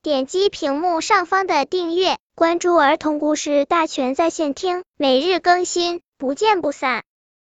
点击屏幕上方的订阅，关注儿童故事大全在线听，每日更新，不见不散。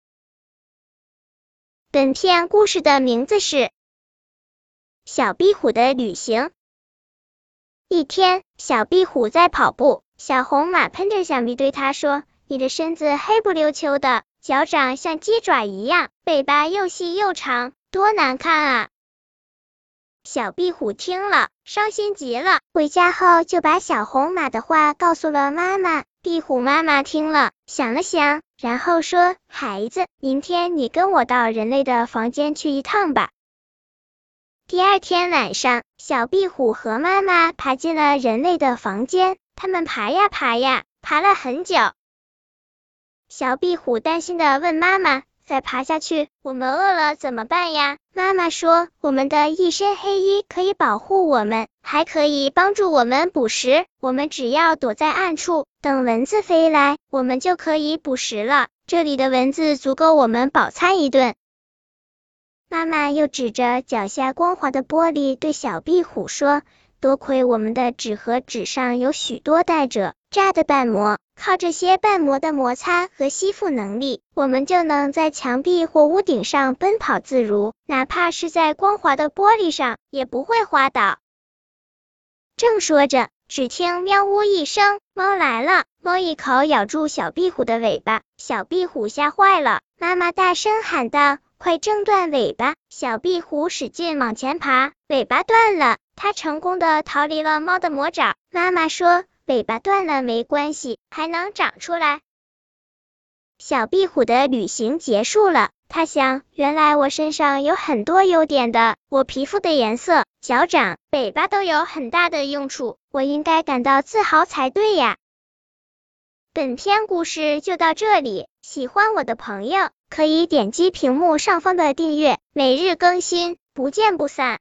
本片故事的名字是小壁虎的旅行。一天，小壁虎在跑步，小红马喷着响鼻对它说：“你的身子黑不溜秋的，脚长像鸡爪一样，尾巴又细又长，多难看啊！”小壁虎听了，伤心极了。回家后就把小红马的话告诉了妈妈。壁虎妈妈听了，想了想，然后说：“孩子，明天你跟我到人类的房间去一趟吧。”第二天晚上，小壁虎和妈妈爬进了人类的房间，他们爬呀爬呀，爬了很久。小壁虎担心地问妈妈：“再爬下去，我们饿了怎么办呀？”妈妈说：“我们的一身黑衣可以保护我们，还可以帮助我们捕食。我们只要躲在暗处，等蚊子飞来，我们就可以捕食了。这里的蚊子足够我们饱餐一顿。”妈妈又指着脚下光滑的玻璃对小壁虎说：“多亏我们的纸盒纸上有许多带着扎的瓣膜，靠这些瓣膜的摩擦和吸附能力，我们就能在墙壁或屋顶上奔跑自如，哪怕是在光滑的玻璃上，也不会滑倒。”正说着，只听喵呜一声，猫来了。猫一口咬住小壁虎的尾巴，小壁虎吓坏了。妈妈大声喊道：“快挣断尾巴！”小壁虎使劲往前爬，尾巴断了，它成功的逃离了猫的魔爪。妈妈说：“尾巴断了没关系，还能长出来。”小壁虎的旅行结束了，它想，原来我身上有很多优点的，我皮肤的颜色、脚掌、尾巴都有很大的用处，我应该感到自豪才对呀。本篇故事就到这里，喜欢我的朋友可以点击屏幕上方的订阅，每日更新，不见不散。